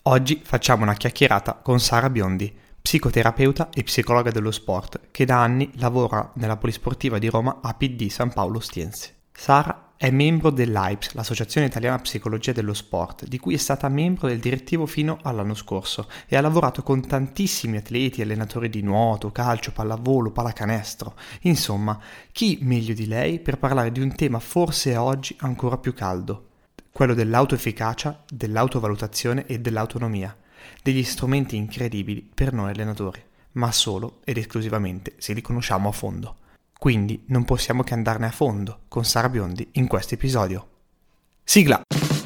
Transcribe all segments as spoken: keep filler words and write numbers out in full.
Oggi facciamo una chiacchierata con Sara Biondi, psicoterapeuta e psicologa dello sport, che da anni lavora nella Polisportiva di Roma A P D San Paolo Ostiense. Sara è membro dell'A I P S, l'Associazione Italiana Psicologia dello Sport, di cui è stata membro del direttivo fino all'anno scorso e ha lavorato con tantissimi atleti e allenatori di nuoto, calcio, pallavolo, pallacanestro. Insomma, chi meglio di lei per parlare di un tema forse oggi ancora più caldo, quello dell'autoefficacia, dell'autovalutazione e dell'autonomia, degli strumenti incredibili per noi allenatori, ma solo ed esclusivamente se li conosciamo a fondo. Quindi non possiamo che andarne a fondo con Sara Biondi in questo episodio. Sigla!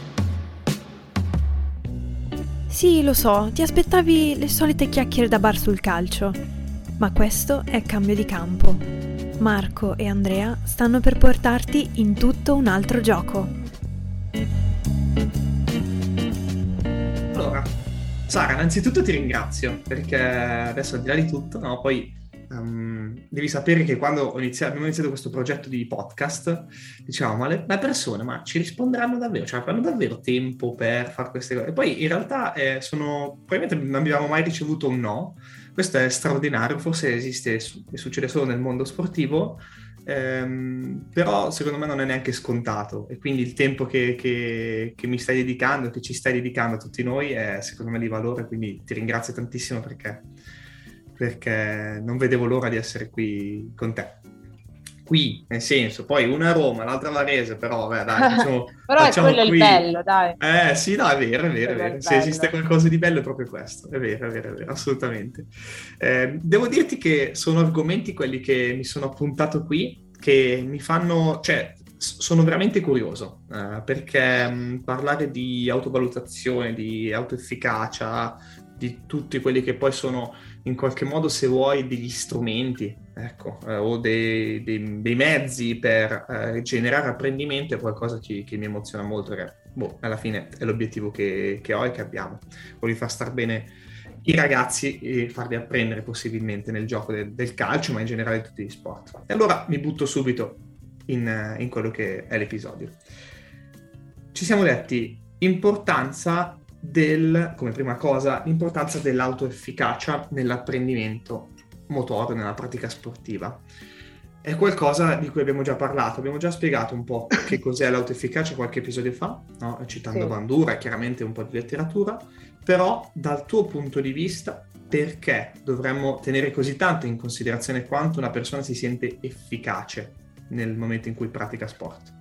Sì, lo so, ti aspettavi le solite chiacchiere da bar sul calcio, ma questo è cambio di campo. Marco e Andrea stanno per portarti in tutto un altro gioco. Allora, Sara, innanzitutto ti ringrazio perché adesso al di là di tutto, no, poi um, devi sapere che quando ho iniziato, abbiamo iniziato questo progetto di podcast, diciamo, ma le, le persone ma ci risponderanno davvero, cioè avranno davvero tempo per fare queste cose? E poi in realtà eh, sono, probabilmente non abbiamo mai ricevuto un no. Questo è straordinario, forse esiste e succede solo nel mondo sportivo. Um, però secondo me non è neanche scontato, e quindi il tempo che, che, che mi stai dedicando, che ci stai dedicando a tutti noi, è secondo me di valore, quindi ti ringrazio tantissimo perché, perché non vedevo l'ora di essere qui con te. Qui, nel senso, poi una a Roma, l'altra a Varese, però vabbè, dai, facciamo, però facciamo è quello qui. Il bello, dai. Eh sì, no, è vero, è vero, è vero. È Se esiste qualcosa di bello è proprio questo, è vero, è vero, è vero, assolutamente. Eh, devo dirti che sono argomenti quelli che mi sono appuntato qui, che mi fanno, cioè, sono veramente curioso, eh, perché mh, parlare di autovalutazione, di autoefficacia, di tutti quelli che poi sono in qualche modo, se vuoi, degli strumenti, ecco, eh, o dei, dei, dei mezzi per eh, generare apprendimento, è qualcosa che, che mi emoziona molto, perché boh, alla fine è l'obiettivo che, che ho e che abbiamo. Voglio far star bene i ragazzi e farli apprendere possibilmente nel gioco del, del calcio, ma in generale tutti gli sport. E allora mi butto subito in, in quello che è l'episodio. Ci siamo detti importanza del, come prima cosa, l'importanza dell'autoefficacia nell'apprendimento motore, nella pratica sportiva. È qualcosa di cui abbiamo già parlato, abbiamo già spiegato un po' che cos'è l'autoefficacia qualche episodio fa, no? Citando sì. Bandura e chiaramente un po' di letteratura, però dal tuo punto di vista perché dovremmo tenere così tanto in considerazione quanto una persona si sente efficace nel momento in cui pratica sport?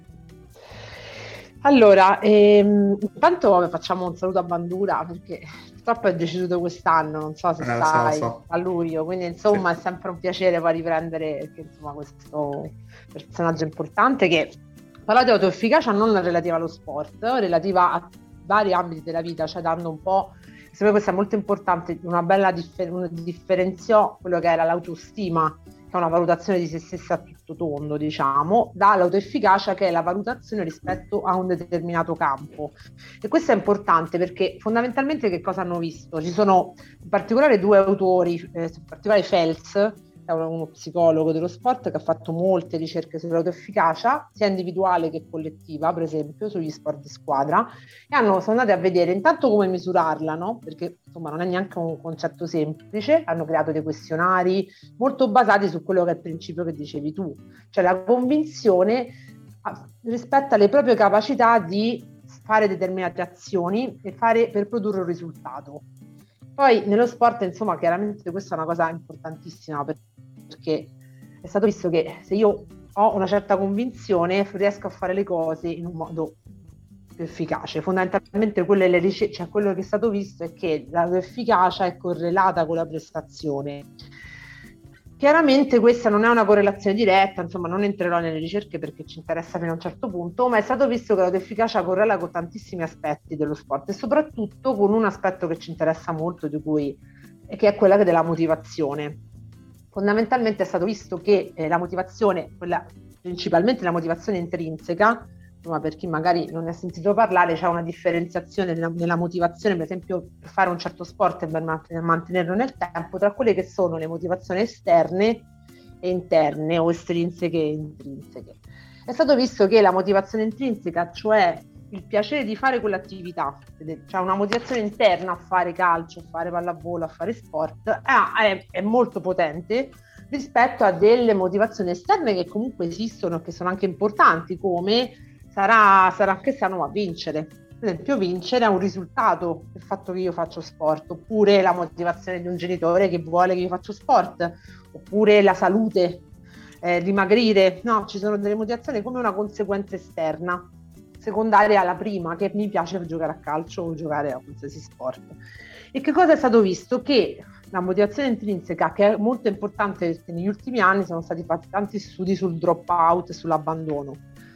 Allora, ehm, intanto facciamo un saluto a Bandura perché purtroppo è deceduto quest'anno, non so se eh, sai, so, so. a luglio, quindi insomma sì. È sempre un piacere poi riprendere perché, insomma, questo personaggio importante che parla di autoefficacia non relativa allo sport, relativa a vari ambiti della vita, cioè dando un po', secondo me questo è molto importante, una bella differ- una differenziò quello che era l'autostima, che è una valutazione di se stessa a tutto tondo, diciamo, dall'autoefficacia, che è la valutazione rispetto a un determinato campo. E questo è importante perché fondamentalmente che cosa hanno visto? Ci sono in particolare due autori, eh, in particolare Phelps, è uno psicologo dello sport che ha fatto molte ricerche sull'autoefficacia, sia individuale che collettiva, per esempio, sugli sport di squadra, e hanno, sono andati a vedere intanto come misurarla, no? Perché insomma non è neanche un concetto semplice, hanno creato dei questionari molto basati su quello che è il principio che dicevi tu, cioè la convinzione rispetto alle proprie capacità di fare determinate azioni e fare per produrre un risultato. Poi nello sport, insomma, chiaramente questa è una cosa importantissima perché è stato visto che se io ho una certa convinzione riesco a fare le cose in un modo più efficace. Fondamentalmente quello, le ric- cioè quello che è stato visto è che l'efficacia è correlata con la prestazione. Chiaramente questa non è una correlazione diretta, insomma non entrerò nelle ricerche perché ci interessa fino a un certo punto, ma è stato visto che l'autoefficacia correla con tantissimi aspetti dello sport e soprattutto con un aspetto che ci interessa molto, di cui, che è quella della motivazione. Fondamentalmente è stato visto che eh, la motivazione, quella, principalmente la motivazione intrinseca, insomma, per chi magari non ne ha sentito parlare, c'è una differenziazione nella, nella motivazione, per esempio per fare un certo sport e per mantenerlo nel tempo, tra quelle che sono le motivazioni esterne e interne, o estrinseche e intrinseche. È stato visto che la motivazione intrinseca, cioè il piacere di fare quell'attività, cioè una motivazione interna a fare calcio, a fare pallavolo, a fare sport, è, è molto potente rispetto a delle motivazioni esterne che comunque esistono e che sono anche importanti, come sarà, sarà anche sano a vincere. Per esempio, vincere è un risultato del fatto che io faccio sport, oppure la motivazione di un genitore che vuole che io faccia sport, oppure la salute, eh, dimagrire. No, ci sono delle motivazioni come una conseguenza esterna, secondaria alla prima, che mi piace giocare a calcio o giocare a qualsiasi sport. E che cosa è stato visto? Che la motivazione intrinseca, che è molto importante, perché negli ultimi anni sono stati fatti tanti studi sul drop out e sull'abbandono.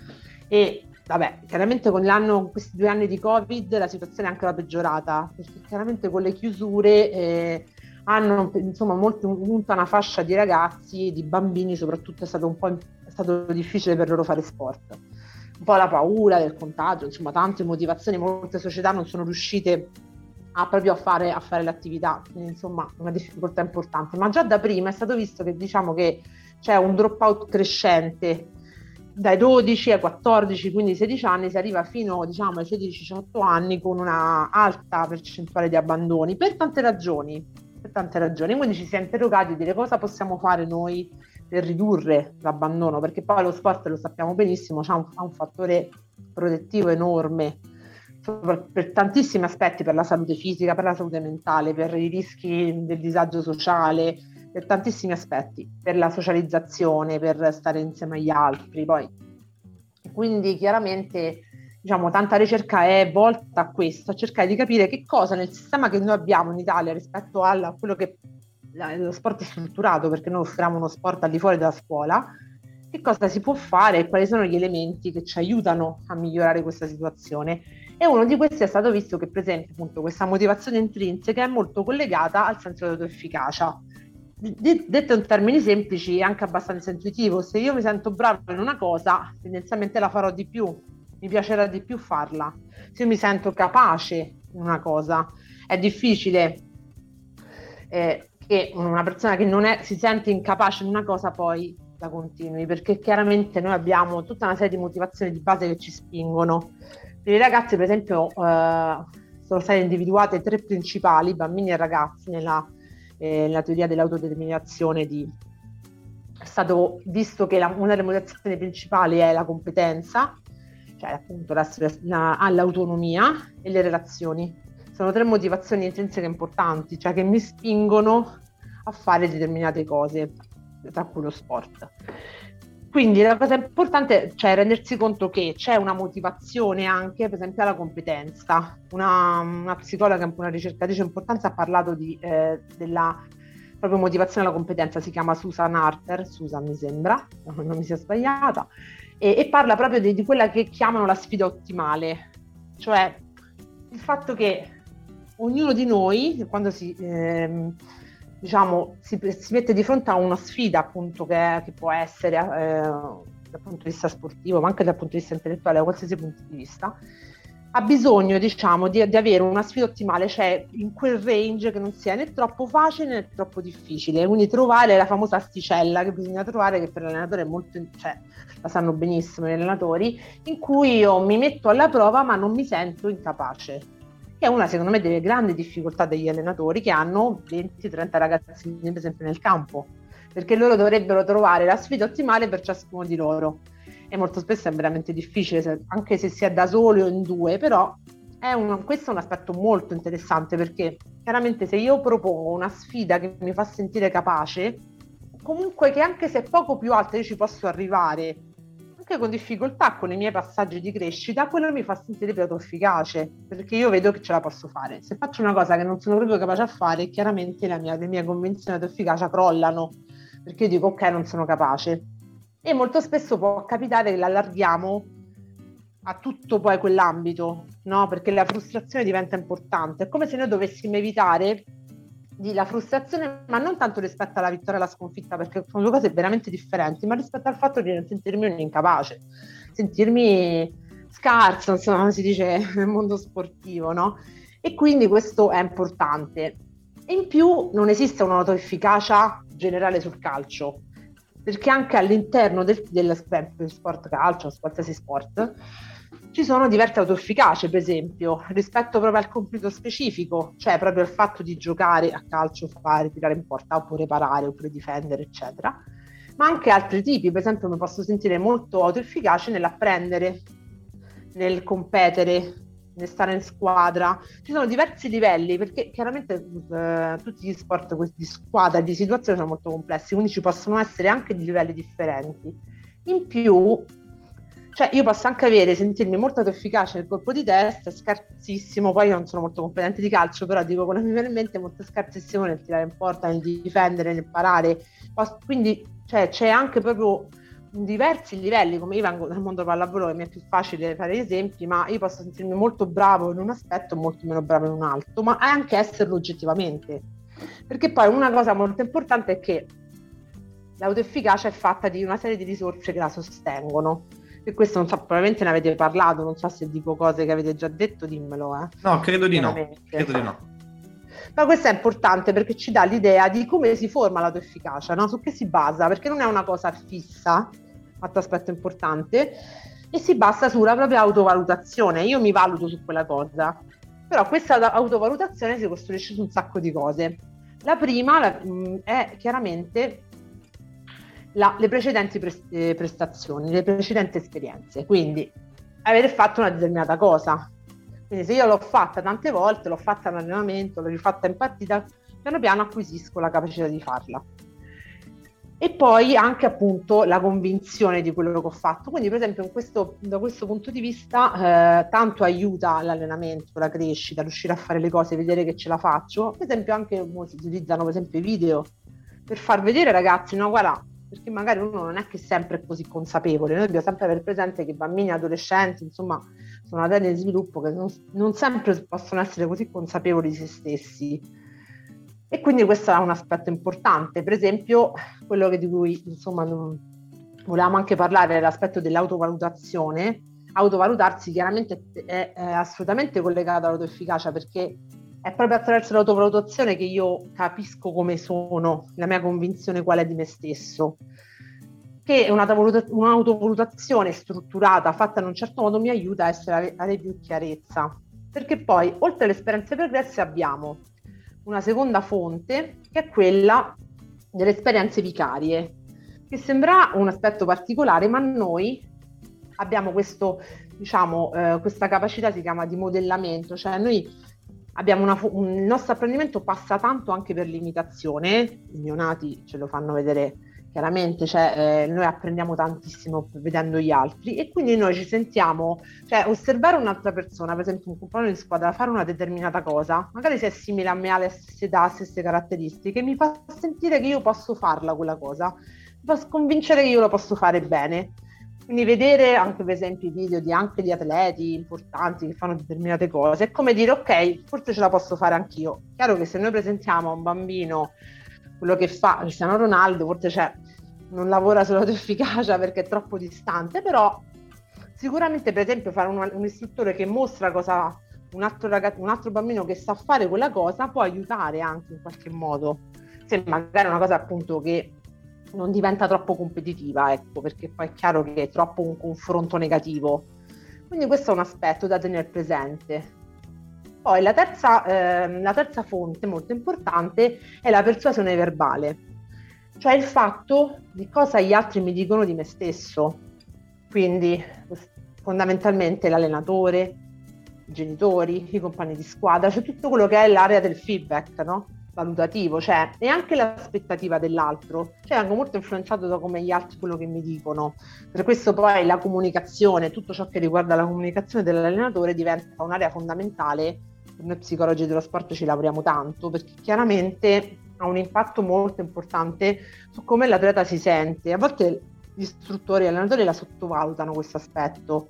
E vabbè, chiaramente con l'anno, questi due anni di Covid la situazione è anche la peggiorata, perché chiaramente con le chiusure eh, hanno insomma molto unta una fascia di ragazzi, di bambini soprattutto, è stato un po' è stato difficile per loro fare sport. Un po' la paura del contagio, insomma tante motivazioni, molte società non sono riuscite a proprio a fare, a fare l'attività, quindi insomma una difficoltà importante, ma già da prima è stato visto che diciamo che c'è un dropout crescente dai dodici ai quattordici, quindi sedici anni, si arriva fino diciamo ai sedici diciotto anni con una alta percentuale di abbandoni per tante ragioni, per tante ragioni, quindi ci si è interrogati di dire cosa possiamo fare noi per ridurre l'abbandono, perché poi lo sport, lo sappiamo benissimo, ha un, ha un fattore protettivo enorme per tantissimi aspetti, per la salute fisica, per la salute mentale, per i rischi del disagio sociale, per tantissimi aspetti, per la socializzazione, per stare insieme agli altri. Poi quindi chiaramente diciamo tanta ricerca è volta a questo, a cercare di capire che cosa nel sistema che noi abbiamo in Italia rispetto a quello che lo sport è strutturato, perché noi offriamo uno sport al di fuori della scuola, che cosa si può fare e quali sono gli elementi che ci aiutano a migliorare questa situazione. E uno di questi è stato visto che, per esempio, appunto, questa motivazione intrinseca è molto collegata al senso di autoefficacia. D- detto in termini semplici, è anche abbastanza intuitivo. Se io mi sento bravo in una cosa, tendenzialmente la farò di più, mi piacerà di più farla. Se io mi sento capace in una cosa, è difficile eh, che una persona che non è, si sente incapace in una cosa poi la continui, perché chiaramente noi abbiamo tutta una serie di motivazioni di base che ci spingono. Per i ragazzi, per esempio, eh, sono state individuate tre principali, bambini e ragazzi, nella, eh, nella teoria dell'autodeterminazione. Di... È stato visto che la, una delle motivazioni principali è la competenza, cioè appunto la, la, l'autonomia e le relazioni. Sono tre motivazioni intrinseche importanti, cioè che mi spingono a fare determinate cose, tra cui lo sport. Quindi la cosa importante è cioè, rendersi conto che c'è una motivazione anche, per esempio, alla competenza. Una, una psicologa, una ricercatrice importante, ha parlato di, eh, della proprio motivazione alla competenza, si chiama Susan Harter, Susan mi sembra, non mi sia sbagliata, e, e parla proprio di, di quella che chiamano la sfida ottimale, cioè il fatto che ognuno di noi, quando si... Ehm, diciamo, si, si mette di fronte a una sfida appunto che, che può essere eh, dal punto di vista sportivo, ma anche dal punto di vista intellettuale, da qualsiasi punto di vista, ha bisogno, diciamo, di, di avere una sfida ottimale, cioè in quel range che non sia né troppo facile né troppo difficile, quindi trovare la famosa asticella che bisogna trovare, che per l'allenatore è molto, cioè la sanno benissimo gli allenatori, in cui io mi metto alla prova ma non mi sento incapace. Che è una, secondo me, delle grandi difficoltà degli allenatori che hanno venti trenta ragazzi, per esempio, nel campo, perché loro dovrebbero trovare la sfida ottimale per ciascuno di loro, e molto spesso è veramente difficile, se, anche se si è da soli o in due, però è un, questo è un aspetto molto interessante, perché chiaramente se io propongo una sfida che mi fa sentire capace, comunque che anche se è poco più alta io ci posso arrivare, anche con difficoltà, con i miei passaggi di crescita, quello mi fa sentire più efficace, perché io vedo che ce la posso fare. Se faccio una cosa che non sono proprio capace a fare, chiaramente la mia, le mie convinzioni di efficacia crollano, perché io dico ok, non sono capace. E molto spesso può capitare che l'allarghiamo a tutto poi quell'ambito, no? Perché la frustrazione diventa importante. È come se noi dovessimo evitare di la frustrazione, ma non tanto rispetto alla vittoria e alla sconfitta, perché sono due cose veramente differenti, ma rispetto al fatto di non sentirmi un incapace, sentirmi scarso, insomma, come si dice nel mondo sportivo, no? E quindi questo è importante. E in più non esiste un'autoefficacia generale sul calcio, perché anche all'interno del, del sport calcio, qualsiasi sport, Ci sono diverse autoefficacie, per esempio, rispetto proprio al compito specifico, cioè proprio il fatto di giocare a calcio, fare, tirare in porta, oppure parare, oppure difendere, eccetera. Ma anche altri tipi, per esempio mi posso sentire molto autoefficace nell'apprendere, nel competere, nel stare in squadra. Ci sono diversi livelli, perché chiaramente eh, tutti gli sport di squadra e di situazione sono molto complessi, quindi ci possono essere anche di livelli differenti. In più, cioè io posso anche avere, sentirmi molto efficace nel colpo di testa, scarsissimo, poi io non sono molto competente di calcio, però dico quello che mi viene in mente, molto scarsissimo nel tirare in porta, nel difendere, nel parare. Quindi cioè, c'è anche proprio diversi livelli, come io vengo dal mondo pallavolo, che mi è più facile fare esempi, ma io posso sentirmi molto bravo in un aspetto, molto meno bravo in un altro, ma anche esserlo oggettivamente. Perché poi una cosa molto importante è che l'autoefficacia è fatta di una serie di risorse che la sostengono. E questo non so, probabilmente ne avete parlato, non so se dico cose che avete già detto, dimmelo. Eh. No, credo di no, credo di no. Ma questo è importante perché ci dà l'idea di come si forma l'autoefficacia, no? Su che si basa, perché non è una cosa fissa, altro aspetto importante, e si basa sulla propria autovalutazione. Io mi valuto su quella cosa, però questa autovalutazione si costruisce su un sacco di cose. La prima la, mh, è chiaramente La, le precedenti pre- eh, prestazioni, le precedenti esperienze, quindi avere fatto una determinata cosa. Quindi se io l'ho fatta tante volte, l'ho fatta in allenamento, l'ho rifatta in partita, piano piano acquisisco la capacità di farla. E poi anche appunto la convinzione di quello che ho fatto. Quindi per esempio in questo, da questo punto di vista eh, tanto aiuta l'allenamento, la crescita, riuscire a fare le cose, vedere che ce la faccio. Per esempio anche si utilizzano per esempio i video per far vedere ai ragazzi, no guarda, perché magari uno non è che sempre è così consapevole, noi dobbiamo sempre avere presente che i bambini e adolescenti, insomma, sono una età di sviluppo che non, non sempre possono essere così consapevoli di se stessi. E quindi questo è un aspetto importante. Per esempio, quello che di cui, insomma, non, volevamo anche parlare è l'aspetto dell'autovalutazione. Autovalutarsi chiaramente è, è assolutamente collegato all'autoefficacia, perché è proprio attraverso l'autovalutazione che io capisco come sono, la mia convinzione qual è di me stesso, che un'autovalutazione strutturata, fatta in un certo modo, mi aiuta a essere, a avere più chiarezza, perché poi oltre alle esperienze pregresse abbiamo una seconda fonte che è quella delle esperienze vicarie, che sembra un aspetto particolare, ma noi abbiamo questo, diciamo, eh, questa capacità, si chiama di modellamento, cioè noi abbiamo una, un, il nostro apprendimento passa tanto anche per l'imitazione, i neonati ce lo fanno vedere chiaramente, cioè eh, noi apprendiamo tantissimo vedendo gli altri e quindi noi ci sentiamo, cioè osservare un'altra persona, per esempio un compagno di squadra, fare una determinata cosa, magari se è simile a me, ha le stesse età, stesse caratteristiche, mi fa sentire che io posso farla quella cosa, mi fa convincere che io la posso fare bene. Quindi vedere anche per esempio i video di anche di atleti importanti che fanno determinate cose è come dire ok, forse ce la posso fare anch'io. Chiaro che se noi presentiamo a un bambino quello che fa Cristiano Ronaldo, forse cioè, non lavora sull'autoefficacia perché è troppo distante, però sicuramente per esempio fare un, un istruttore che mostra cosa un altro, ragazzo, un altro bambino che sa fare quella cosa può aiutare anche in qualche modo, se magari è una cosa appunto che non diventa troppo competitiva, ecco, perché poi è chiaro che è troppo un confronto negativo. Quindi questo è un aspetto da tenere presente. Poi la terza, eh, la terza fonte molto importante è la persuasione verbale, cioè il fatto di cosa gli altri mi dicono di me stesso. Quindi fondamentalmente l'allenatore, i genitori, i compagni di squadra, cioè tutto quello che è l'area del feedback, no? Valutativo, cioè, e anche l'aspettativa dell'altro, cioè anche molto influenzato da come gli altri quello che mi dicono. Per questo poi la comunicazione, tutto ciò che riguarda la comunicazione dell'allenatore diventa un'area fondamentale. Per noi psicologi dello sport ci lavoriamo tanto, perché chiaramente ha un impatto molto importante su come l'atleta si sente. A volte gli istruttori e gli allenatori la sottovalutano questo aspetto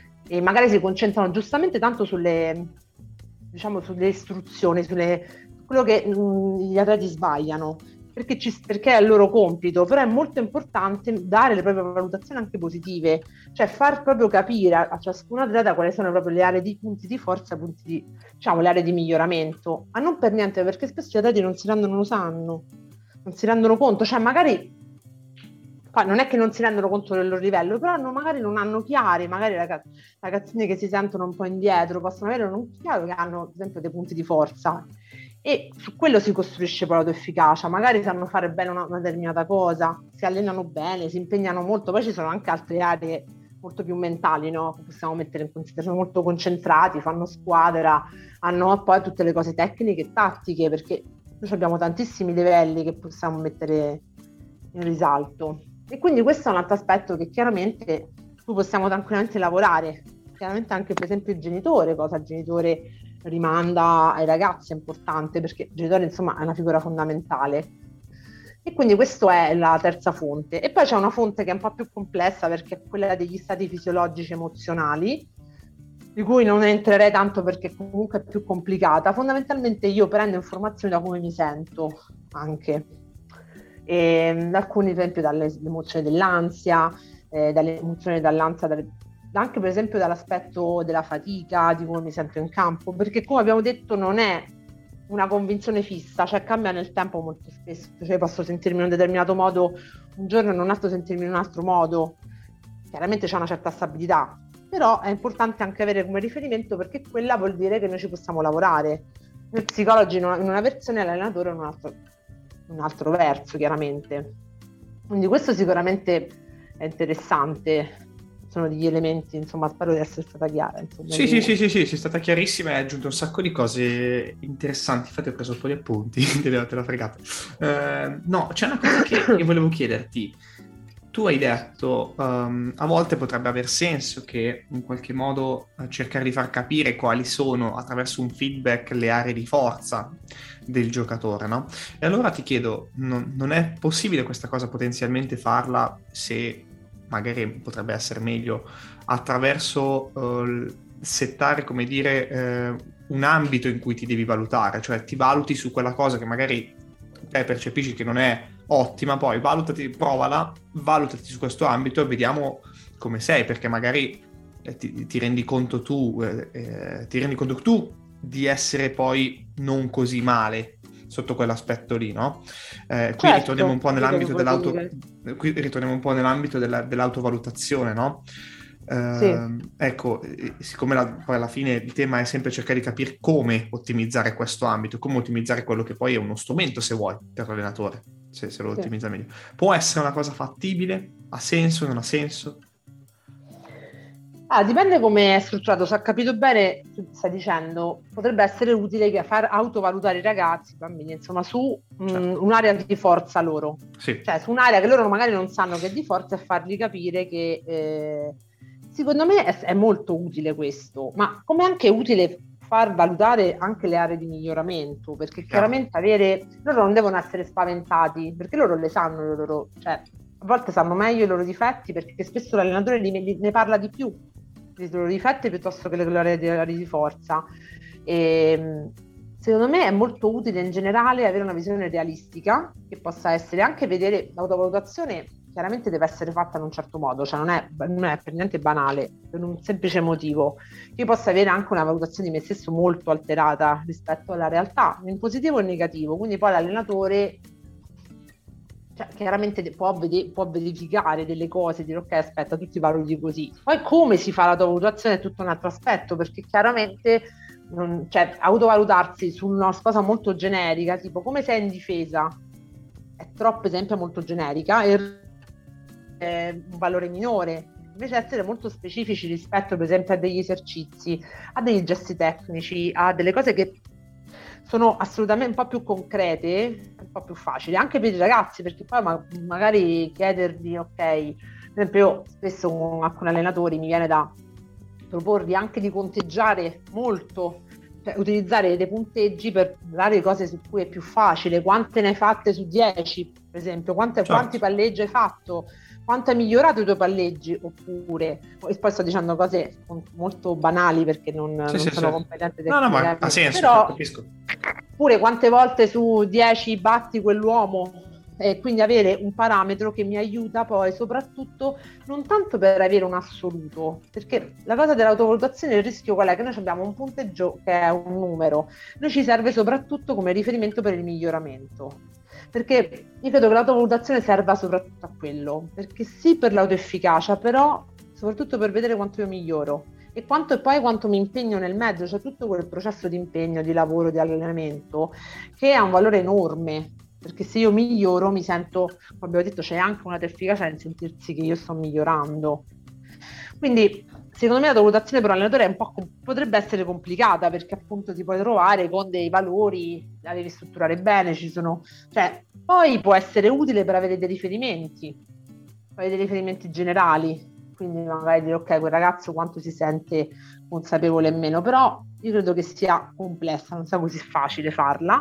e magari si concentrano giustamente tanto sulle, diciamo, sulle istruzioni, sulle quello che mh, gli atleti sbagliano, perché, ci, perché è il loro compito, però è molto importante dare le proprie valutazioni anche positive, cioè far proprio capire a, a ciascun atleta quali sono proprio le aree di punti di forza, punti di, diciamo, le aree di miglioramento, ma non per niente, perché spesso gli atleti non si rendono, non lo sanno, non si rendono conto, cioè magari poi non è che non si rendono conto del loro livello, però non, magari non hanno chiari, magari ragazz- ragazzini che si sentono un po' indietro possono avere un chiaro che hanno ad esempio dei punti di forza, e su quello si costruisce poi l'autoefficacia. Magari sanno fare bene una, una determinata cosa, si allenano bene, si impegnano molto. Poi ci sono anche altre aree molto più mentali, no? Che possiamo mettere in considerazione, sono molto concentrati, fanno squadra, hanno poi tutte le cose tecniche e tattiche, perché noi abbiamo tantissimi livelli che possiamo mettere in risalto. E quindi questo è un altro aspetto che chiaramente su possiamo tranquillamente lavorare. Chiaramente anche per esempio il genitore, cosa il genitore rimanda ai ragazzi è importante, perché il genitore insomma è una figura fondamentale. E quindi questa è la terza fonte. E poi c'è una fonte che è un po' più complessa, perché è quella degli stati fisiologici emozionali, di cui non entrerei tanto perché comunque è più complicata. Fondamentalmente io prendo informazioni da come mi sento anche, e alcuni per esempio dalle emozioni dell'ansia, eh, dalle emozioni dall'ansia, dalle, anche per esempio dall'aspetto della fatica, di come mi sento in campo, perché come abbiamo detto non è una convinzione fissa, cioè cambia nel tempo molto spesso, cioè posso sentirmi in un determinato modo un giorno e in un altro sentirmi in un altro modo. Chiaramente c'è una certa stabilità, però è importante anche avere come riferimento, perché quella vuol dire che noi ci possiamo lavorare. Noi psicologi in una, in una versione e l'allenatore in un altro, un altro verso, chiaramente. Quindi questo sicuramente è interessante. Sono degli elementi, insomma, spero di essere stata chiara. Insomma, sì, sì, sì, sì, sì, sei stata chiarissima e hai aggiunto un sacco di cose interessanti. Infatti ho preso un po' di appunti, te l'ho, te l'ho fregata. Uh, no, c'è una cosa che io volevo chiederti. Tu hai detto, um, a volte potrebbe aver senso che in qualche modo uh, cercare di far capire quali sono, attraverso un feedback, le aree di forza del giocatore, no? E allora ti chiedo, non, non è possibile questa cosa potenzialmente farla, se magari potrebbe essere meglio, attraverso uh, settare, come dire, uh, un ambito in cui ti devi valutare, cioè ti valuti su quella cosa che magari te percepisci che non è ottima, poi valutati, provala, valutati su questo ambito e vediamo come sei, perché magari eh, ti, ti rendi conto tu, eh, eh, ti rendi conto tu di essere poi non così male sotto quell'aspetto lì, no? Eh, qui certo, ritorniamo un po' nell'ambito dell'auto, qui ritorniamo un po' nell'ambito della, dell'autovalutazione, no? Eh, sì. Ecco, siccome la, poi alla fine il tema è sempre cercare di capire come ottimizzare questo ambito, come ottimizzare quello che poi è uno strumento, se vuoi, per l'allenatore, se, se lo sì. ottimizza meglio. Può essere una cosa fattibile? Ha senso? Non ha senso? Ah, dipende come è strutturato. Se ho capito bene, tu stai dicendo, potrebbe essere utile che far autovalutare i ragazzi, i bambini, insomma, su certo. mh, un'area di forza loro. Sì. Cioè, su un'area che loro magari non sanno che è di forza, e fargli capire che... Eh, secondo me è, è molto utile questo, ma come è anche utile far valutare anche le aree di miglioramento, perché chiaramente avere... Loro non devono essere spaventati, perché loro le sanno, le loro, cioè, a volte sanno meglio i loro difetti, perché spesso l'allenatore li, li, ne parla di più dei loro difetti piuttosto che le loro aree di forza. E, secondo me è molto utile in generale avere una visione realistica, che possa essere anche vedere l'autovalutazione. Chiaramente deve essere fatta in un certo modo, cioè non è, non è per niente banale, per un semplice motivo. Io posso avere anche una valutazione di me stesso molto alterata rispetto alla realtà, in positivo e in negativo, quindi poi l'allenatore, cioè, chiaramente può, vede- può verificare delle cose, dire ok, aspetta, tu ti valuti così. Poi come si fa l'autovalutazione è tutto un altro aspetto, perché chiaramente non, cioè, autovalutarsi su una cosa molto generica, tipo come sei in difesa, è troppo esempio molto generica e è un valore minore. Invece essere molto specifici rispetto per esempio a degli esercizi, a degli gesti tecnici, a delle cose che sono assolutamente un po' più concrete, un po' più facili, anche per i ragazzi, perché poi ma- magari chiedergli, ok, per esempio io spesso con alcuni allenatori mi viene da proporgli anche di conteggiare molto, cioè utilizzare dei punteggi per dare cose su cui è più facile, quante ne hai fatte su dieci, per esempio, quante, certo. quanti palleggi hai fatto, quanto hai migliorato i tuoi palleggi, oppure, e poi sto dicendo cose molto banali perché non, sì, non sì, sono sì. competente no, no, ma ha senso, però capisco. Pure quante volte su dieci batti quell'uomo, e quindi avere un parametro che mi aiuta poi soprattutto non tanto per avere un assoluto, perché la cosa dell'autovalutazione, il rischio qual è? Che noi abbiamo un punteggio che è un numero, noi ci serve soprattutto come riferimento per il miglioramento. perché io credo che l'autovalutazione serva soprattutto a quello, perché sì per l'autoefficacia, però soprattutto per vedere quanto io miglioro e quanto e poi quanto mi impegno nel mezzo, cioè tutto quel processo di impegno, di lavoro, di allenamento che ha un valore enorme, perché se io miglioro mi sento, come abbiamo detto, c'è anche un'autoefficacia nel sentirsi che io sto migliorando. Quindi secondo me la valutazione per un allenatore è un po' com- potrebbe essere complicata, perché appunto ti puoi trovare con dei valori, la devi strutturare bene, ci sono, cioè poi può essere utile per avere dei riferimenti, avere dei riferimenti generali, quindi magari dire ok, quel ragazzo quanto si sente consapevole e meno, però io credo che sia complessa, non sia così facile farla.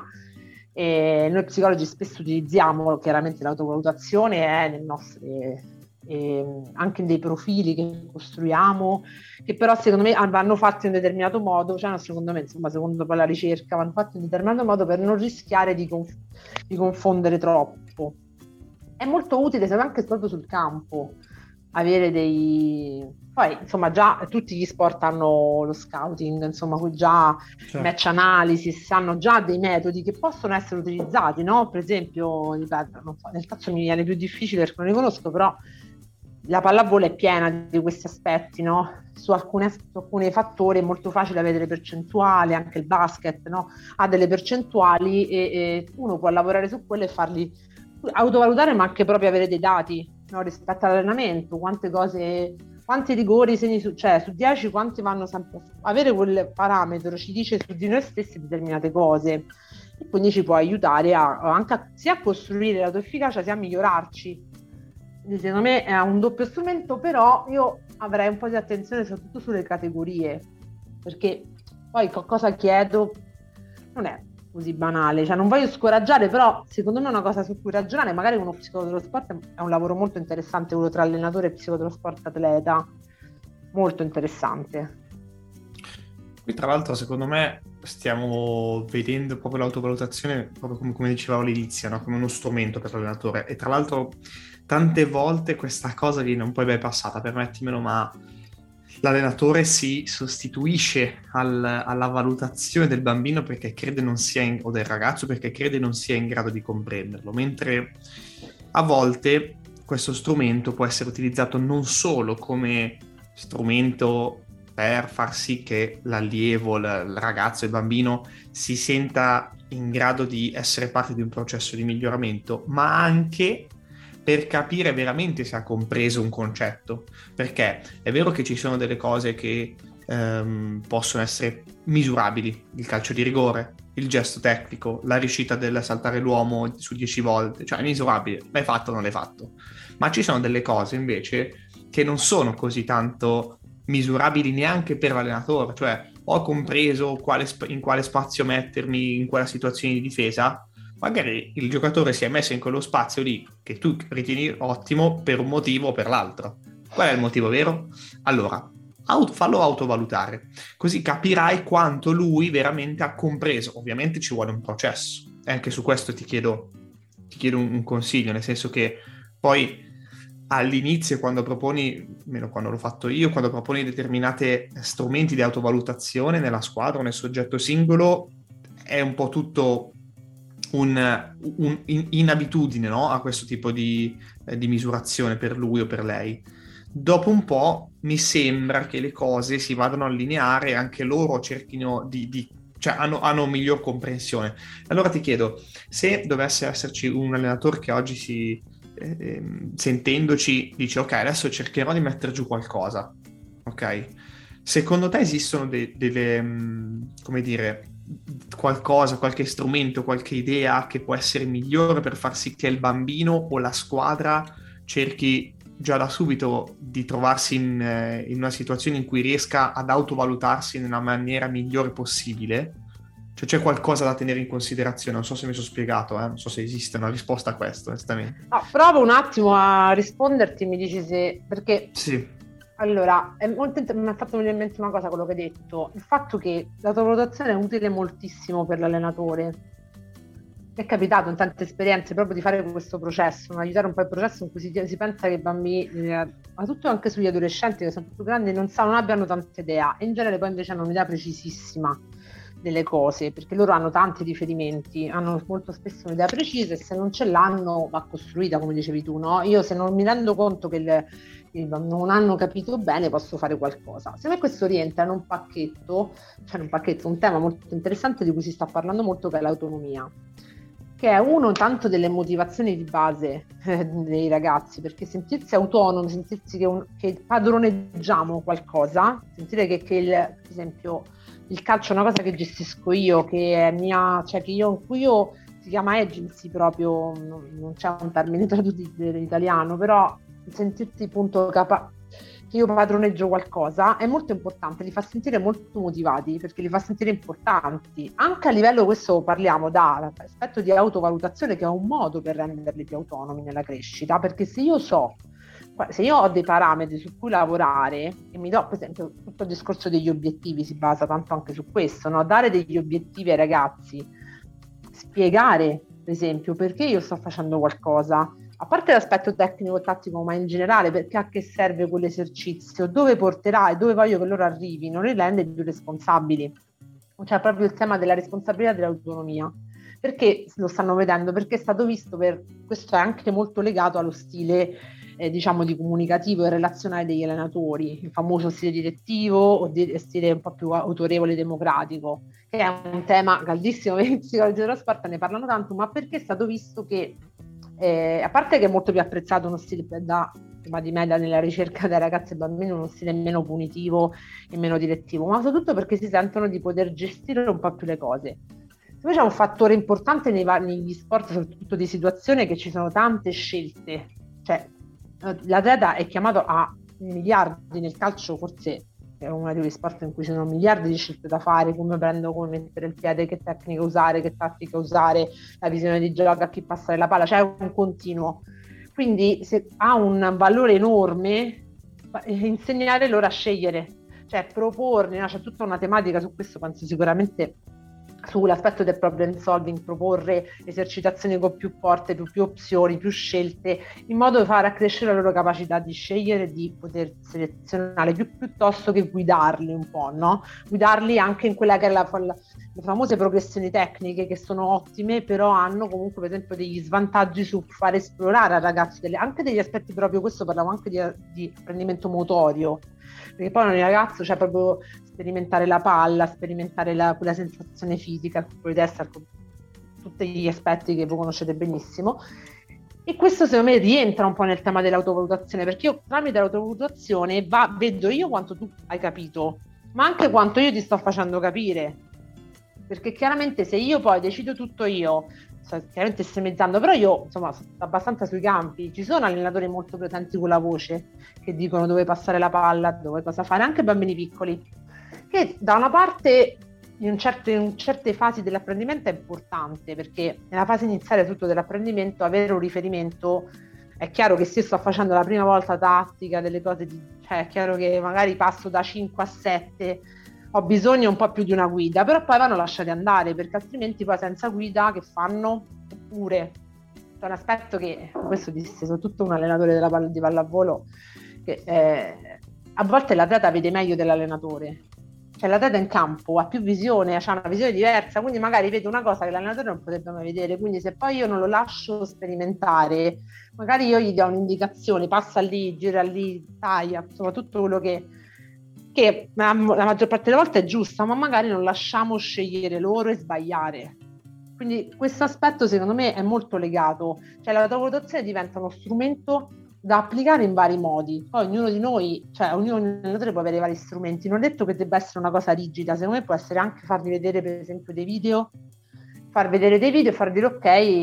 E noi psicologi spesso utilizziamo chiaramente l'autovalutazione eh, nelle nostre eh, anche in dei profili che costruiamo, che però secondo me vanno fatti in un determinato modo, cioè secondo me, insomma, secondo poi la ricerca, vanno fatti in un determinato modo per non rischiare di, conf- di confondere troppo. È molto utile anche proprio sul campo avere dei... Poi, insomma, già tutti gli sport hanno lo scouting, insomma, qui già certo. Match analysis, hanno già dei metodi che possono essere utilizzati, no? Per esempio, ripeto, non so, nel calcio mi viene più difficile perché non li conosco, però la pallavolo è piena di questi aspetti, no? Su, alcune, su alcuni fattori è molto facile avere delle percentuali, anche il basket, no? Ha delle percentuali e, e uno può lavorare su quelle e farli autovalutare, ma anche proprio avere dei dati, no? Rispetto all'allenamento, quante cose, quanti rigori segni su, cioè su dieci quanti vanno sempre, avere quel parametro ci dice su di noi stessi determinate cose e quindi ci può aiutare a, anche a, sia a costruire la tua efficacia sia a migliorarci. Quindi secondo me è un doppio strumento, però io avrei un po' di attenzione soprattutto sulle categorie, perché poi cosa chiedo non è così banale, cioè non voglio scoraggiare, però secondo me è una cosa su cui ragionare, magari uno psicologo dello sport è un lavoro molto interessante, quello tra allenatore e psicologo dello sport atleta, molto interessante. Qui tra l'altro secondo me stiamo vedendo proprio l'autovalutazione proprio come, come dicevamo all'inizio, no? Come uno strumento per l'allenatore, e tra l'altro tante volte questa cosa viene un po' bypassata, permettimelo, ma l'allenatore si sostituisce al, alla valutazione del bambino perché crede non sia in, o del ragazzo perché crede non sia in grado di comprenderlo, mentre a volte questo strumento può essere utilizzato non solo come strumento per far sì che l'allievo, il ragazzo, il bambino si senta in grado di essere parte di un processo di miglioramento, ma anche per capire veramente se ha compreso un concetto, perché è vero che ci sono delle cose che ehm, possono essere misurabili, il calcio di rigore, il gesto tecnico, la riuscita del saltare l'uomo su dieci volte, cioè è misurabile, l'hai fatto o non l'hai fatto, ma ci sono delle cose invece che non sono così tanto misurabili neanche per l'allenatore, cioè ho compreso quale sp- in quale spazio mettermi in quella situazione di difesa. Magari il giocatore si è messo in quello spazio lì che tu ritieni ottimo per un motivo o per l'altro. Qual è il motivo vero? Allora, auto, fallo autovalutare, così capirai quanto lui veramente ha compreso. Ovviamente ci vuole un processo, e anche su questo ti chiedo, ti chiedo un, un consiglio, nel senso che poi all'inizio, quando proponi, almeno quando l'ho fatto io, quando proponi determinati strumenti di autovalutazione nella squadra o nel soggetto singolo, è un po' tutto un, un in, inabitudine, no? A questo tipo di, eh, di misurazione per lui o per lei. Dopo un po' mi sembra che le cose si vadano a allineare e anche loro cerchino di, di cioè hanno, hanno miglior comprensione. Allora ti chiedo, se dovesse esserci un allenatore che oggi si eh, sentendoci dice ok, adesso cercherò di mettere giù qualcosa, ok? Secondo te esistono de- delle, mh, come dire, qualcosa, qualche strumento, qualche idea che può essere migliore per far sì che il bambino o la squadra cerchi già da subito di trovarsi in, eh, in una situazione in cui riesca ad autovalutarsi nella maniera migliore possibile? Cioè c'è qualcosa da tenere in considerazione? Non so se mi sono spiegato, eh? Non so se esiste una risposta a questo, onestamente. No, provo un attimo a risponderti, mi dici se... perché... Sì. Allora, è molto int- mi ha fatto venire in mente una cosa, quello che hai detto, il fatto che l'autovalutazione è utile moltissimo per l'allenatore. Mi è capitato in tante esperienze proprio di fare questo processo, no? Aiutare un po' il processo in cui si, si pensa che i bambini, eh, ma tutto anche sugli adolescenti che sono più grandi, non, sa, non abbiano tante idee, e in genere poi invece hanno un'idea precisissima. delle cose, perché loro hanno tanti riferimenti, hanno molto spesso un'idea precisa e se non ce l'hanno va costruita, come dicevi tu, no? Io se non mi rendo conto che il, il, non hanno capito bene posso fare qualcosa. Se me questo rientra in un pacchetto, cioè in un pacchetto, un tema molto interessante di cui si sta parlando molto, che è l'autonomia, che è uno tanto delle motivazioni di base eh, dei ragazzi, perché sentirsi autonomi, sentirsi che, un, che padroneggiamo qualcosa, sentire che, che il, per esempio il calcio è una cosa che gestisco io, che è mia, cioè che io, in cui io si chiama agency proprio, non, non c'è un termine tradotto in italiano, però sentirti appunto capace, che io padroneggio qualcosa è molto importante, li fa sentire molto motivati, perché li fa sentire importanti, anche a livello, questo parliamo dall'aspetto di autovalutazione, che è un modo per renderli più autonomi nella crescita, perché se io so, se io ho dei parametri su cui lavorare e mi do, per esempio, tutto il discorso degli obiettivi si basa tanto anche su questo, no? Dare degli obiettivi ai ragazzi, spiegare per esempio perché io sto facendo qualcosa, a parte l'aspetto tecnico e tattico, ma in generale perché a che serve quell'esercizio, dove porterà e dove voglio che loro arrivino, li rende più responsabili. Cioè proprio il tema della responsabilità e dell'autonomia. Perché lo stanno vedendo? Perché è stato visto, per questo è anche molto legato allo stile eh, diciamo di comunicativo e relazionale degli allenatori, il famoso stile direttivo o di, stile un po' più autorevole e democratico, che è un tema caldissimo, i psicologi dello sport ne parlano tanto, ma perché è stato visto che Eh, a parte che è molto più apprezzato uno stile da ma di media nella ricerca dei ragazzi e bambini, uno stile meno punitivo e meno direttivo, ma soprattutto perché si sentono di poter gestire un po' più le cose. Poi c'è un fattore importante nei, negli sport, soprattutto di situazione, che ci sono tante scelte, cioè l'atleta è chiamato a miliardi, nel calcio forse è uno degli sport in cui ci sono miliardi di scelte da fare, come prendo, come mettere il piede, che tecnica usare, che tattica usare, la visione di gioco, a chi passare la palla, c'è cioè un continuo. Quindi se ha un valore enorme insegnare loro a scegliere, cioè proporne, no? C'è tutta una tematica su questo, penso sicuramente sull'aspetto del problem solving, proporre esercitazioni con più porte, più, più opzioni, più scelte, in modo da far accrescere la loro capacità di scegliere, di poter selezionare, più, piuttosto che guidarli un po', no? Guidarli anche in quella che è la, la, le famose progressioni tecniche, che sono ottime, però hanno comunque per esempio degli svantaggi su far esplorare al ragazzo delle, anche degli aspetti proprio, questo parliamo anche di, di apprendimento motorio, perché poi nel ragazzo c'è proprio sperimentare la palla, sperimentare la, quella sensazione fisica, il colpo di testa, tutti gli aspetti che voi conoscete benissimo. E questo secondo me rientra un po' nel tema dell'autovalutazione, perché io tramite l'autovalutazione va, vedo io quanto tu hai capito, ma anche quanto io ti sto facendo capire, perché chiaramente se io poi decido tutto io, chiaramente estremizzando, però io insomma sono abbastanza sui campi, ci sono allenatori molto presenti con la voce che dicono dove passare la palla, dove cosa fare, anche bambini piccoli, che da una parte in, un certo, in certe fasi dell'apprendimento è importante, perché nella fase iniziale tutto dell'apprendimento avere un riferimento, è chiaro che se io sto facendo la prima volta tattica delle cose, di, cioè è chiaro che magari passo da cinque a sette, ho bisogno un po' più di una guida, però poi vanno lasciati andare, perché altrimenti poi senza guida che fanno? Oppure c'è un aspetto che, questo disse soprattutto un allenatore della palla, di pallavolo, che eh, a volte l'atleta vede meglio dell'allenatore, cioè l'atleta in campo ha più visione, ha una visione diversa, quindi magari vede una cosa che l'allenatore non potrebbe mai vedere, quindi se poi io non lo lascio sperimentare, magari io gli do un'indicazione, passa lì, gira lì, taglia, insomma tutto quello che che la maggior parte delle volte è giusta, ma magari non lasciamo scegliere loro e sbagliare. Quindi questo aspetto secondo me è molto legato, cioè l'autovalutazione diventa uno strumento da applicare in vari modi, poi ognuno di noi, cioè ognuno allenatore può avere vari strumenti, non è detto che debba essere una cosa rigida, secondo me può essere anche farvi vedere per esempio dei video, far vedere dei video e far dire ok,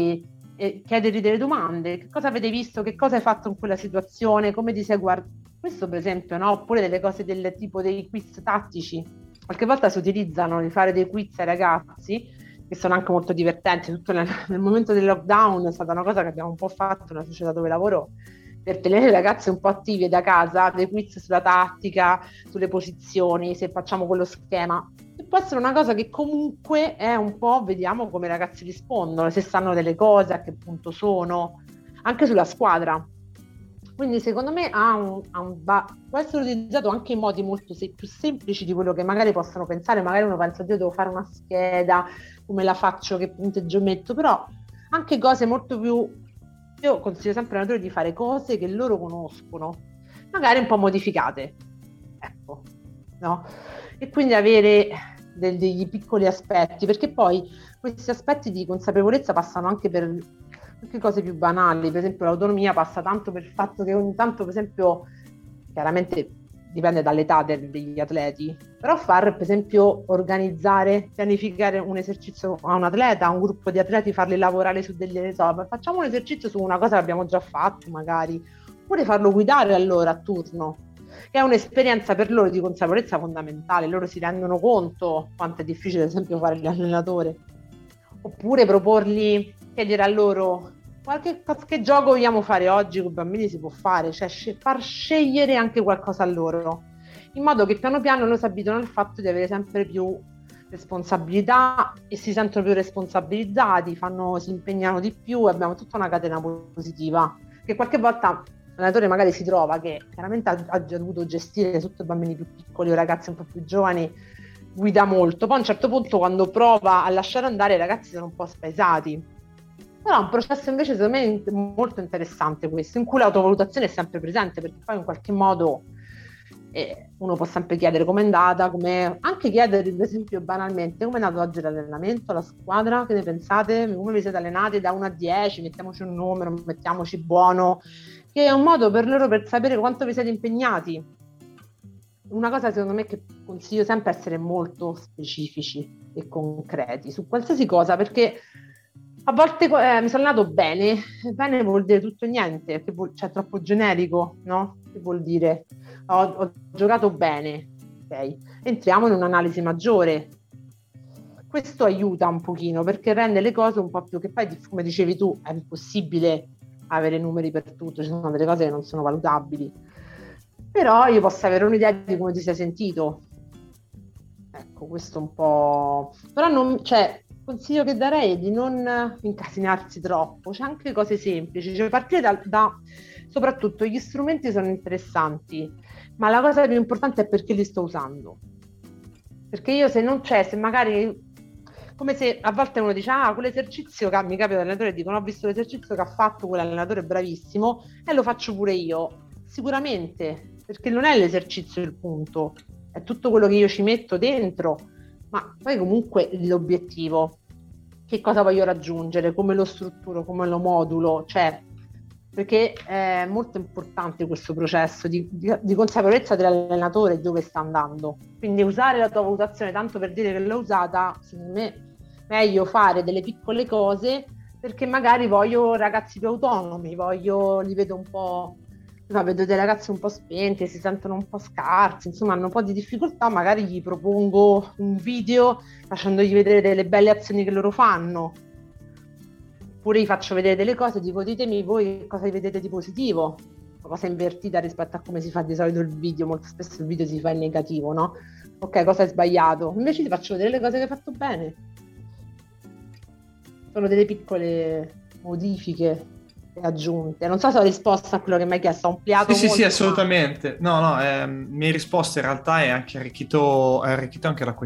e chiedergli delle domande, che cosa avete visto, che cosa hai fatto in quella situazione, come ti sei guardato. Questo per esempio, no? Oppure delle cose del tipo dei quiz tattici. Qualche volta si utilizzano di fare dei quiz ai ragazzi, che sono anche molto divertenti. Tutto nel, nel momento del lockdown è stata una cosa che abbiamo un po' fatto nella società dove lavoro, per tenere i ragazzi un po' attivi da casa, dei quiz sulla tattica, sulle posizioni, se facciamo quello schema. E può essere una cosa che comunque è un po', vediamo come i ragazzi rispondono, se sanno delle cose, a che punto sono, anche sulla squadra. Quindi secondo me ha un, ha un va, può essere utilizzato anche in modi molto se, più semplici di quello che magari possono pensare. Magari uno pensa, io devo fare una scheda, come la faccio, che punteggio metto, però anche cose molto più... Io consiglio sempre ai allenatori di fare cose che loro conoscono, magari un po' modificate, ecco, no? E quindi avere del, degli piccoli aspetti, perché poi questi aspetti di consapevolezza passano anche per anche cose più banali. Per esempio l'autonomia passa tanto per il fatto che ogni tanto, per esempio, chiaramente dipende dall'età del, degli atleti, però far per esempio organizzare, pianificare un esercizio a un atleta, a un gruppo di atleti, farli lavorare su delle cose, facciamo un esercizio su una cosa che abbiamo già fatto magari, oppure farlo guidare allora a turno, che è un'esperienza per loro di consapevolezza fondamentale. Loro si rendono conto quanto è difficile ad esempio fare l'allenatore, oppure proporgli, chiedere a loro qualche, che gioco vogliamo fare oggi con i bambini, si può fare, cioè sc- far scegliere anche qualcosa a loro, in modo che piano piano loro si abituano al fatto di avere sempre più responsabilità e si sentono più responsabilizzati, fanno, si impegnano di più, e abbiamo tutta una catena positiva che qualche volta l'allenatore magari si trova che chiaramente ha, ha già dovuto gestire tutti i bambini più piccoli o ragazzi un po' più giovani, guida molto, poi a un certo punto quando prova a lasciare andare i ragazzi sono un po' spaesati. Però è un processo invece secondo me molto interessante questo, in cui l'autovalutazione è sempre presente, perché poi in qualche modo eh, uno può sempre chiedere com'è andata, come anche chiedere per esempio banalmente com'è andato oggi l'allenamento, la squadra, che ne pensate, come vi siete allenati da uno a dieci, mettiamoci un numero, mettiamoci buono, che è un modo per loro per sapere quanto vi siete impegnati. Una cosa secondo me che consiglio sempre è essere molto specifici e concreti su qualsiasi cosa, perché a volte eh, mi sono allenato bene, bene vuol dire tutto e niente, che vuol, cioè troppo generico, no? Che vuol dire ho, ho giocato bene, ok? Entriamo in un'analisi maggiore. Questo aiuta un pochino, perché rende le cose un po' più, che poi come dicevi tu è impossibile avere numeri per tutto, ci sono delle cose che non sono valutabili, però io posso avere un'idea di come ti sei sentito, ecco, questo un po', però non, cioè consiglio che darei è di non incasinarsi troppo, c'è anche cose semplici, cioè partire da, da soprattutto gli strumenti sono interessanti, ma la cosa più importante è perché li sto usando, perché io se non c'è, se magari come se a volte uno dice ah quell'esercizio che mi capita l'allenatore e dicono ho visto l'esercizio che ha fatto quell'allenatore bravissimo e lo faccio pure io, sicuramente, perché non è l'esercizio il punto, è tutto quello che io ci metto dentro, ma poi comunque l'obiettivo, che cosa voglio raggiungere, come lo strutturo, come lo modulo, cioè perché è molto importante questo processo di, di, di consapevolezza dell'allenatore dove sta andando, quindi usare la tua valutazione tanto per dire che l'ho usata, secondo me meglio fare delle piccole cose, perché magari voglio ragazzi più autonomi, voglio, li vedo un po', no, vedo dei ragazzi un po' spenti, si sentono un po' scarsi, insomma hanno un po' di difficoltà, magari gli propongo un video facendogli vedere delle belle azioni che loro fanno, oppure gli faccio vedere delle cose, dico ditemi voi cosa vedete di positivo, una cosa invertita rispetto a come si fa di solito il video, molto spesso il video si fa in negativo, no? Ok, cosa hai sbagliato? Invece ti faccio vedere le cose che hai fatto bene. Sono delle piccole modifiche aggiunte. Non so se ho risposto a quello che mi hai chiesto, ho ampliato sì, molto. Sì, sì, assolutamente. No, no, eh, mi hai risposto in realtà è anche arricchito, è arricchito anche la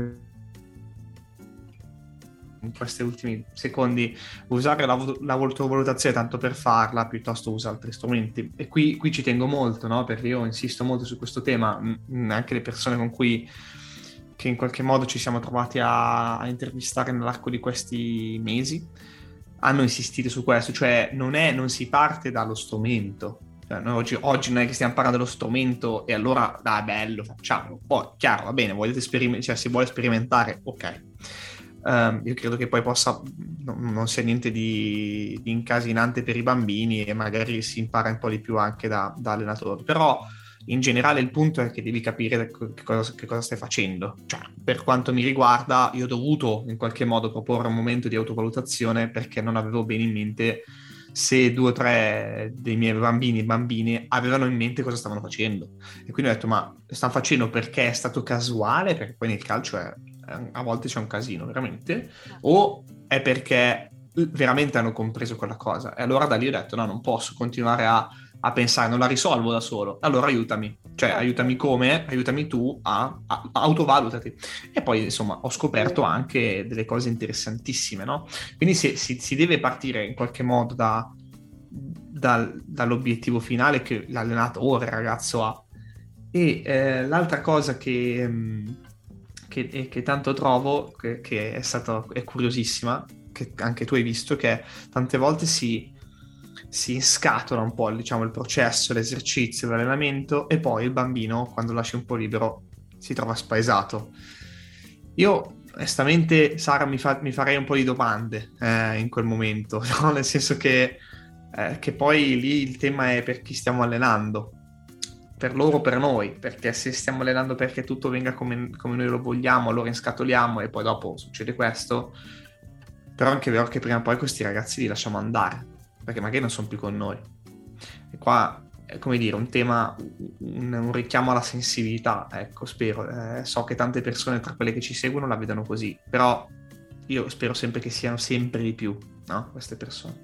in questi ultimi secondi, usare la, la autovalutazione tanto per farla, piuttosto usa altri strumenti. E qui, qui ci tengo molto, no? Perché io insisto molto su questo tema, mh, anche le persone con cui che in qualche modo ci siamo trovati a, a intervistare nell'arco di questi mesi hanno insistito su questo, cioè non è, non si parte dallo strumento. Cioè, noi oggi, oggi non è che stiamo parlando dello strumento e allora dai, bello, facciamo. Poi, chiaro, va bene, volete sperimentare, cioè se vuole sperimentare, ok. Um, io credo che poi possa non, non sia niente di, di incasinante per i bambini e magari si impara un po' di più anche da, da allenatori, però in generale il punto è che devi capire che cosa, che cosa stai facendo. Cioè, per quanto mi riguarda, io ho dovuto in qualche modo proporre un momento di autovalutazione perché non avevo bene in mente se due o tre dei miei bambini e bambine avevano in mente cosa stavano facendo. E quindi ho detto, ma stanno facendo perché è stato casuale? Perché poi nel calcio è, a volte c'è un casino, veramente. O è perché veramente hanno compreso quella cosa? E allora da lì ho detto, no, non posso continuare a a pensare, non la risolvo da solo, allora aiutami, cioè aiutami come, aiutami tu a, a, a autovalutati. E poi insomma ho scoperto anche delle cose interessantissime, no? Quindi si, si, si deve partire in qualche modo da, da, dall'obiettivo finale che l'allenatore, il ragazzo ha. E eh, l'altra cosa che, che, che tanto trovo, che, che è stata è curiosissima, che anche tu hai visto, che tante volte si si scatola un po', diciamo, il processo, l'esercizio, l'allenamento, e poi il bambino, quando lascia un po' libero, si trova spaesato. Io onestamente, Sara, mi, fa, mi farei un po' di domande eh, in quel momento, no? Nel senso che, eh, che poi lì il tema è per chi stiamo allenando, per loro o per noi, perché se stiamo allenando perché tutto venga come, come noi lo vogliamo, allora inscatoliamo e poi dopo succede questo. Però è anche vero che prima o poi questi ragazzi li lasciamo andare, perché magari non sono più con noi. E qua è, come dire, un tema, un, un richiamo alla sensibilità, ecco, spero. Eh, so che tante persone tra quelle che ci seguono la vedono così, però io spero sempre che siano sempre di più, no? Queste persone.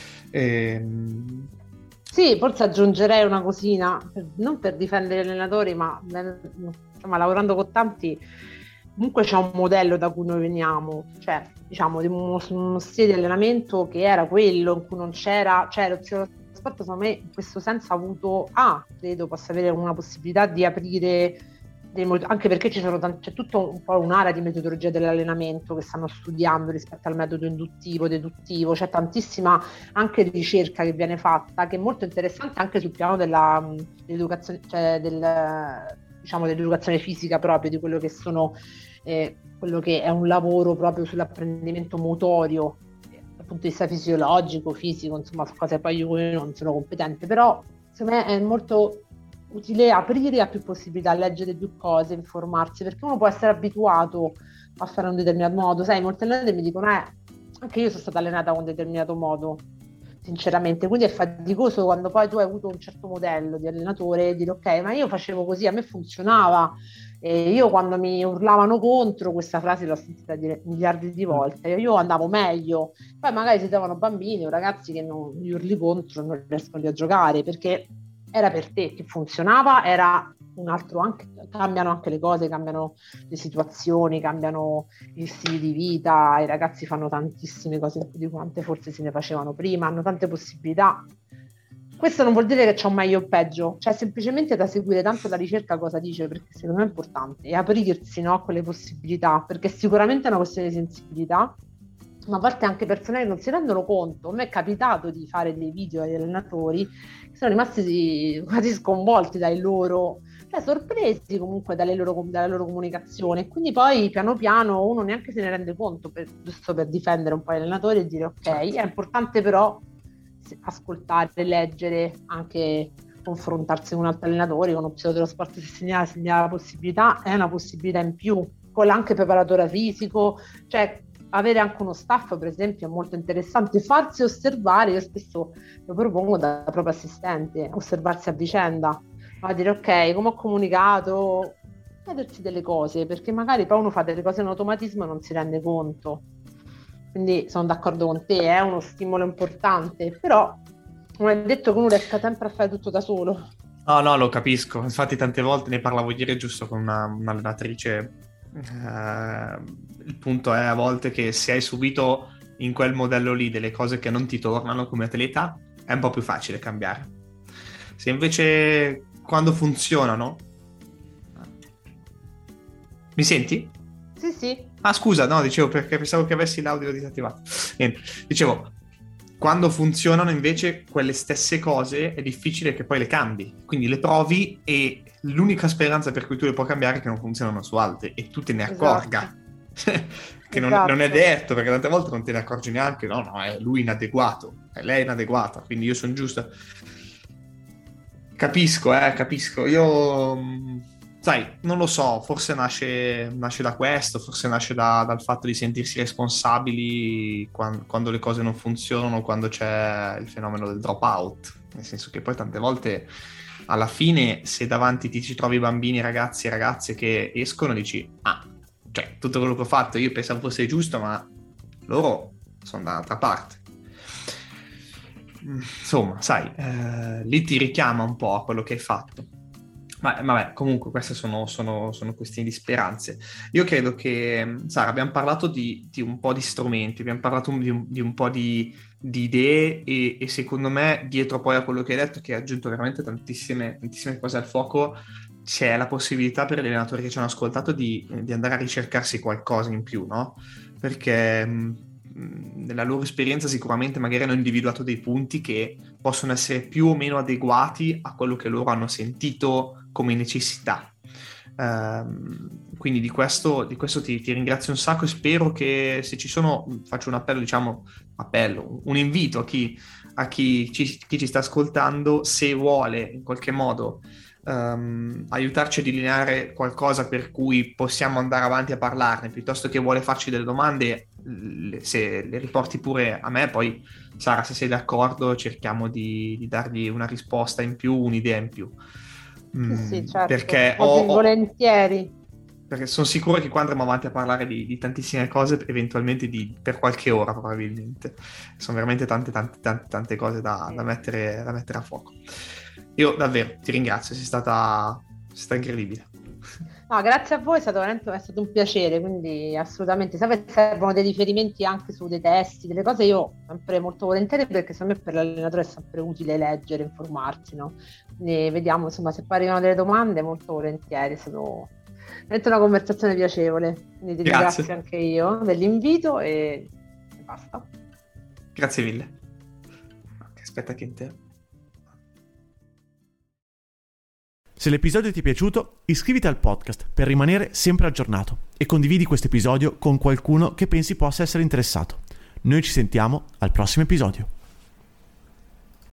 Ehm... Sì, forse aggiungerei una cosina, per, non per difendere gli allenatori, ma insomma, lavorando con tanti, comunque c'è un modello da cui noi veniamo, cioè diciamo di uno, uno stile di allenamento che era quello in cui non c'era, cioè lo sport secondo me in questo senso ha avuto, ah, credo possa avere una possibilità di aprire dei, anche perché ci sono tanti, c'è tutta un po' un'area di metodologia dell'allenamento che stanno studiando rispetto al metodo induttivo, deduttivo, c'è tantissima anche ricerca che viene fatta, che è molto interessante anche sul piano della, dell'educazione, cioè del, diciamo dell'educazione fisica proprio, di quello che sono eh, quello che è un lavoro proprio sull'apprendimento motorio dal punto di vista fisiologico, fisico, insomma, su cose poi io non sono competente, però secondo me è molto utile aprire a più possibilità, leggere più cose, informarsi, perché uno può essere abituato a fare un determinato modo. Sai, molte allenate mi dicono eh, anche io sono stata allenata con un determinato modo, sinceramente, quindi è faticoso quando poi tu hai avuto un certo modello di allenatore e dire ok, ma io facevo così, a me funzionava, e io quando mi urlavano contro, questa frase l'ho sentita dire miliardi di volte, io andavo meglio, poi magari si trovano bambini o ragazzi che non gli urli contro, non riescono a giocare perché era per te, che funzionava, era un altro, anche cambiano anche le cose, cambiano le situazioni, cambiano gli stili di vita, i ragazzi fanno tantissime cose più di quante forse se ne facevano prima, hanno tante possibilità. Questo non vuol dire che c'è un meglio o peggio, cioè semplicemente da seguire tanto la ricerca cosa dice, perché secondo me è importante, e aprirsi, no, a quelle possibilità, perché sicuramente è una questione di sensibilità, ma a volte anche persone che non si rendono conto. A me è capitato di fare dei video agli allenatori che sono rimasti quasi sconvolti dai loro, cioè sorpresi comunque dalle loro, dalla loro comunicazione, quindi poi piano piano uno neanche se ne rende conto, per, giusto per difendere un po' gli allenatori e dire ok, è importante però ascoltare, leggere, anche confrontarsi con altri allenatori, con uno psicologo dello sport se segnala, segnala la possibilità, è una possibilità in più, con anche preparatore fisico, cioè avere anche uno staff, per esempio, è molto interessante, farsi osservare, io spesso lo propongo da proprio assistente, osservarsi a vicenda, a dire ok, come ho comunicato, chiedersi delle cose, perché magari poi uno fa delle cose in automatismo e non si rende conto. Quindi sono d'accordo con te, è uno stimolo importante, però non è detto che uno riesca sempre a fare tutto da solo. No, no, lo capisco, infatti tante volte ne parlavo ieri giusto con una, un'allenatrice. Uh, il punto è a volte che se hai subito in quel modello lì delle cose che non ti tornano come atleta è un po' più facile cambiare. Se invece quando funzionano, mi senti? Sì, sì. Ah, scusa, no, dicevo perché pensavo che avessi l'audio disattivato. Niente, dicevo, quando funzionano invece quelle stesse cose è difficile che poi le cambi, quindi le provi e l'unica speranza per cui tu le puoi cambiare è che non funzionano su altre e tu te ne accorga. Esatto. Che non, esatto. non è detto, perché tante volte non te ne accorgi neanche, no, no, è lui inadeguato, è lei inadeguata, quindi io sono giusta. Capisco, eh, capisco. Io... sai, non lo so, forse nasce, nasce da questo, forse nasce da, dal fatto di sentirsi responsabili quando, quando le cose non funzionano, quando c'è il fenomeno del drop out, nel senso che poi tante volte alla fine se davanti ti ci trovi bambini, ragazzi e ragazze che escono dici ah, cioè tutto quello che ho fatto io pensavo fosse giusto ma loro sono da un'altra parte. insomma, sai, eh, lì ti richiama un po' a quello che hai fatto. Ma vabbè, comunque queste sono, sono, sono questioni di speranze. Io credo che, Sara, abbiamo parlato di, di un po' di strumenti, abbiamo parlato di un, di un po' di, di idee e, e secondo me dietro poi a quello che hai detto, che hai aggiunto veramente tantissime, tantissime cose al fuoco, c'è la possibilità per gli allenatori che ci hanno ascoltato di, di andare a ricercarsi qualcosa in più, no? Perché mh, nella loro esperienza sicuramente magari hanno individuato dei punti che possono essere più o meno adeguati a quello che loro hanno sentito come necessità. Um, quindi di questo, di questo ti, ti ringrazio un sacco e spero che se ci sono, faccio un appello, diciamo, appello, un invito a chi, a chi, ci, chi ci sta ascoltando, se vuole in qualche modo um, aiutarci a delineare qualcosa per cui possiamo andare avanti a parlarne, piuttosto che vuole farci delle domande, le, se le riporti pure a me, poi Sara, se sei d'accordo, cerchiamo di, di dargli una risposta in più, un'idea in più. Mm, sì, certo. Perché ho, volentieri perché sono sicuro che quando andremo avanti a parlare di, di tantissime cose, eventualmente di, per qualche ora probabilmente, sono veramente tante tante tante, tante cose da, da, mettere, da mettere a fuoco. Io davvero ti ringrazio, sei stata, sei stata incredibile. No, grazie a voi, è stato veramente è stato un piacere, quindi assolutamente, se servono dei riferimenti anche su dei testi, delle cose, io sempre molto volentieri, perché secondo me per l'allenatore è sempre utile leggere, informarsi, no? Quindi vediamo, insomma, se poi arrivano delle domande, molto volentieri, è stato veramente una conversazione piacevole, quindi ti Grazie. ringrazio anche io dell'invito e basta. Grazie mille. Aspetta che in te... Se l'episodio ti è piaciuto, iscriviti al podcast per rimanere sempre aggiornato e condividi questo episodio con qualcuno che pensi possa essere interessato. Noi ci sentiamo al prossimo episodio.